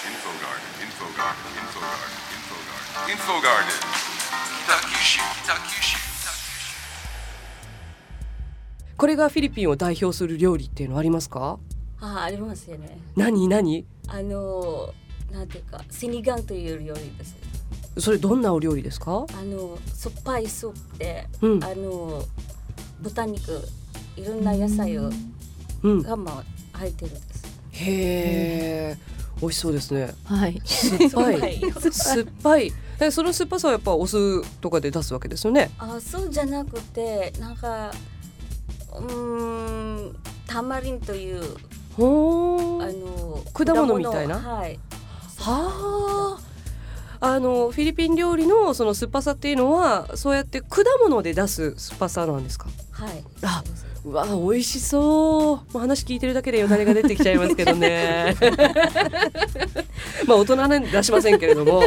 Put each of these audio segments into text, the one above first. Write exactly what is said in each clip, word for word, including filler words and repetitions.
これがフィリピンを代表する料理っていうのありますか？ あ、ありますよね。 何何？ あのなんていうかシニガンという料理です。 それどんなお料理ですか？ あの酸っぱいスープで、 うん、 あの豚肉いろんな野菜を、 うん、 がまあ入ってるんです。 へー、美味しそうですね。 はい。 酸っぱい酸っぱい。え、その酸っぱさはやっぱお酢とかで出すわけですよね。 あ、そうじゃなくてなんかうーんタマリンというほー、 あの果物みたいな。 はい。 はあ。あのフィリピン料理のその酸っぱさっていうのはそうやって果物で出す酸っぱさなんですか？ はい。 あ、うわ、美味しそう。もう話聞いてるだけでよだれが出てきちゃいますけどね。まあ大人なんで出しませんけれども。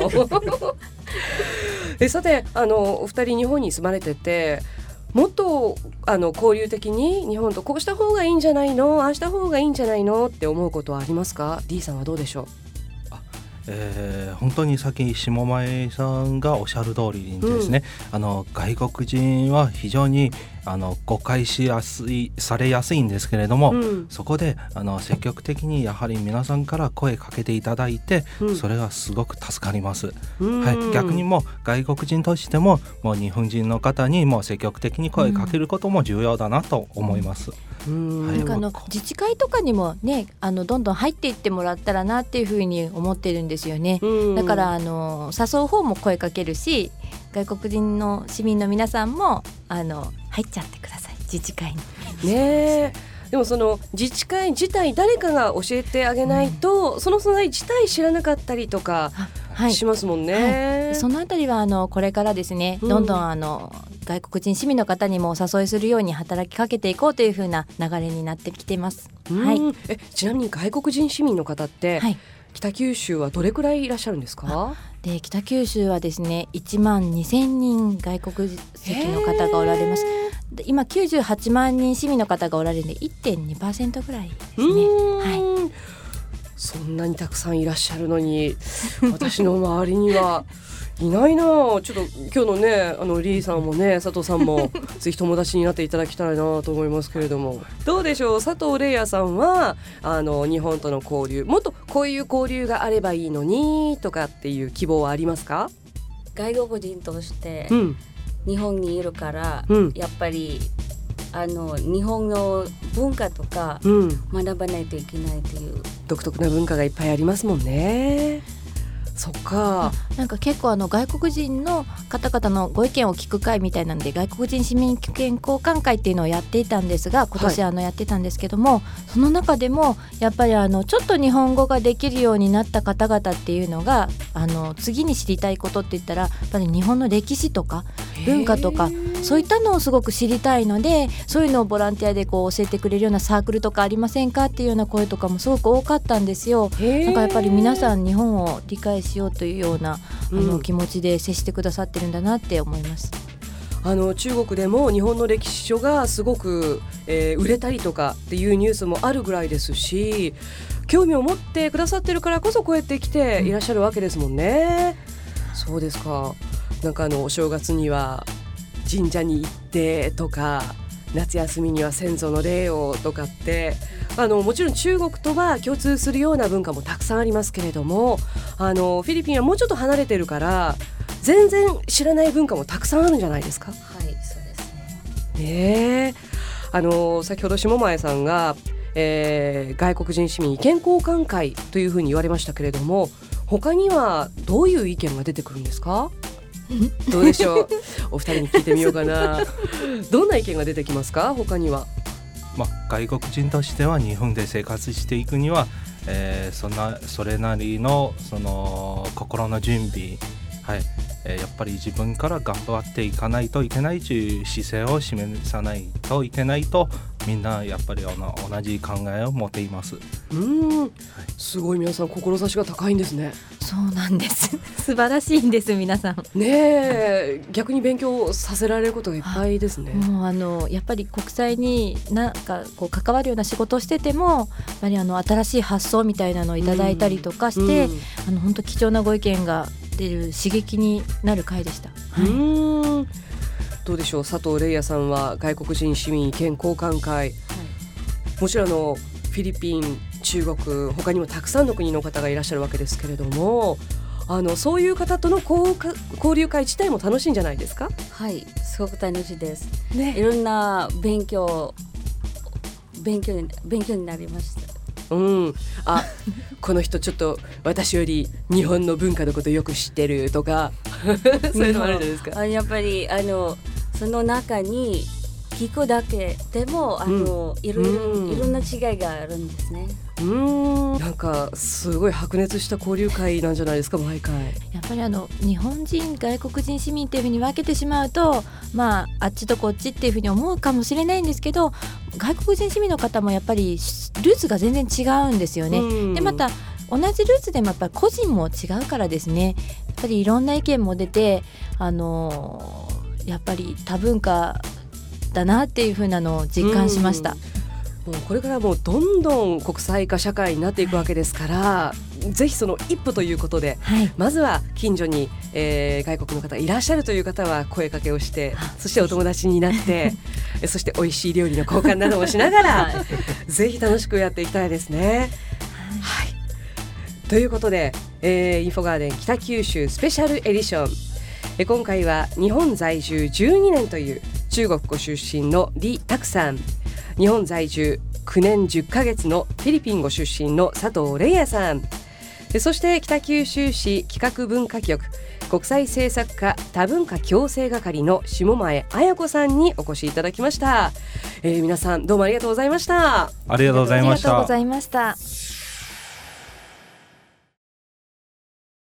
え、さて、あのお二人日本に住まれてて、もっとあの交流的に日本とこうした方がいいんじゃないの、ああした方がいいんじゃないのって思うことはありますか？ D さんはどうでしょう？ えー、本当にさっき下前さんがおっしゃる通りにですね、うん、あの外国人は非常にあの誤解しやすいされやすいんですけれども、うん、そこであの積極的にやはり皆さんから声かけていただいて、うん、それがすごく助かります、うん、はい、逆にも外国人としてももう日本人の方にも積極的に声かけることも重要だなと思います、 うん、はい、なんかあの自治会とかにもね、あのどんどん入っていってもらったらなっていうふうに思ってるんですよね、うん、だからあの誘う方も声かけるし、外国人の市民の皆さんもあの入っちゃってください、自治会にね。でもその自治会自体誰かが教えてあげないと、うん、その存在自体知らなかったりとかしますもんね、 はいはい、そのあたりはあのこれからですね、うん、どんどんあの外国人市民の方にもお誘いするように働きかけていこうというふうな流れになってきています、はい、 えちなみに外国人市民の方って、はい、北九州はどれくらいいらっしゃるんですか？ で北九州はですねいちまんにせんにん外国籍の方がおられます。で今きゅうじゅうはちまんにん市民の方がおられるので いってんにパーセント ぐらいですね、はい、 そんなにたくさんいらっしゃるのに私の周りにはいないな。ちょっと今日のねあのリーさんもね佐藤さんもぜひ友達になっていただきたいなと思いますけれども、どうでしょう、佐藤玲也さんはあの日本との交流、もっとこういう交流があればいいのにとかっていう希望はありますか？ 外国人として日本にいるから、 うん、 やっぱりあの日本の文化とか学ばないといけないという、うん、 独特な文化がいっぱいありますもんね。そっか。 なんか結構あの外国人の方々のご意見を聞く会みたいなので外国人市民意見交換会っていうのをやっていたんですが、今年あのやってたんですけども、はい、その中でもやっぱりあのちょっと日本語ができるようになった方々っていうのがあの次に知りたいことって言ったらやっぱり日本の歴史とか文化とかそういったのをすごく知りたいので、そういうのをボランティアでこう教えてくれるようなサークルとかありませんかっていうような声とかもすごく多かったんですよ。なんかやっぱり皆さん日本を理解しようというようなあの気持ちで接してくださってるんだなって思います。 あの中国でも日本の歴史書がすごく、えー、売れたりとかっていうニュースもあるぐらいですし、興味を持ってくださってるからこそこうやって来ていらっしゃるわけですもんね、うん、そうですか。なんかあのお正月には神社に行ってとか夏休みには先祖の霊をとかってあのもちろん中国とは共通するような文化もたくさんありますけれども、あのフィリピンはもうちょっと離れてるから全然知らない文化もたくさんあるんじゃないですか？ はい、そうですね。ねえ、あの先ほど下前さんが、えー、外国人市民意見交換会というふうに言われましたけれども、他にはどういう意見が出てくるんですか？どうでしょうお二人に聞いてみようかなどんな意見が出てきますか？他には、 まあ、外国人としては日本で生活していくには、えー、そんなそれなりの、その心の準備、はい、 えー、やっぱり自分から頑張っていかないといけないという姿勢を示さないといけないと、みんなやっぱりあの同じ考えを持っています。 うーん、はい、すごい皆さん志が高いんですね。 そうなんです素晴らしいんです皆さんねえ、逆に勉強させられることがいっぱいですね。 もうあのやっぱり国際になんかこう関わるような仕事をしてても、やっぱりあの新しい発想みたいなのをいただいたりとかして、うんうん、あの本当貴重なご意見が出る刺激になる回でした。はい、うーん、どうでしょう、佐藤玲也さんは外国人市民意見交換会、はい、もちろんあのフィリピン、中国、他にもたくさんの国の方がいらっしゃるわけですけれども、あのそういう方との交交流会自体も楽しいんじゃないですか？ はい、すごく楽しいです、 ね、 いろんな勉強勉強に勉強になりました。 うん、あこの人ちょっと私より日本の文化のことよく知ってるとかそういうのもあるじゃないですか。 あやっぱりあのその中に聞くだけでもあの、うん、いろいろいろんな違いがあるんですね。 うーん、なんかすごい白熱した交流会なんじゃないですか、毎回。 やっぱりあの日本人、外国人市民っていうふうに分けてしまうと、まああっちとこっちっていうふうに思うかもしれないんですけど、外国人市民の方もやっぱりルーツが全然違うんですよね。でまた同じルーツでもやっぱり個人も違うからですね、やっぱりいろんな意見も出て、あのー、やっぱり多文化だなっていうふうなのを実感しました。 もうこれからもうどんどん国際化社会になっていくわけですから、はい、ぜひその一歩ということで、はい、まずは近所に、えー、外国の方がいらっしゃるという方は声かけをして、そしてお友達になってそして美味しい料理の交換などもしながら、はい、ぜひ楽しくやっていきたいですね。はい、はい、ということで、えー、インフォガーデン北九州スペシャルエディション、え今回は日本在住じゅうにねんという中国ご出身の李拓さん、日本在住きゅうねんじゅっかげつのフィリピンご出身の佐藤玲也さん、そして北九州市企画文化局国際政策課多文化共生係の下前彩子さんにお越しいただきました。えー、皆さんどうもありがとうございました。 ありがとうございました。 ありがとうございました。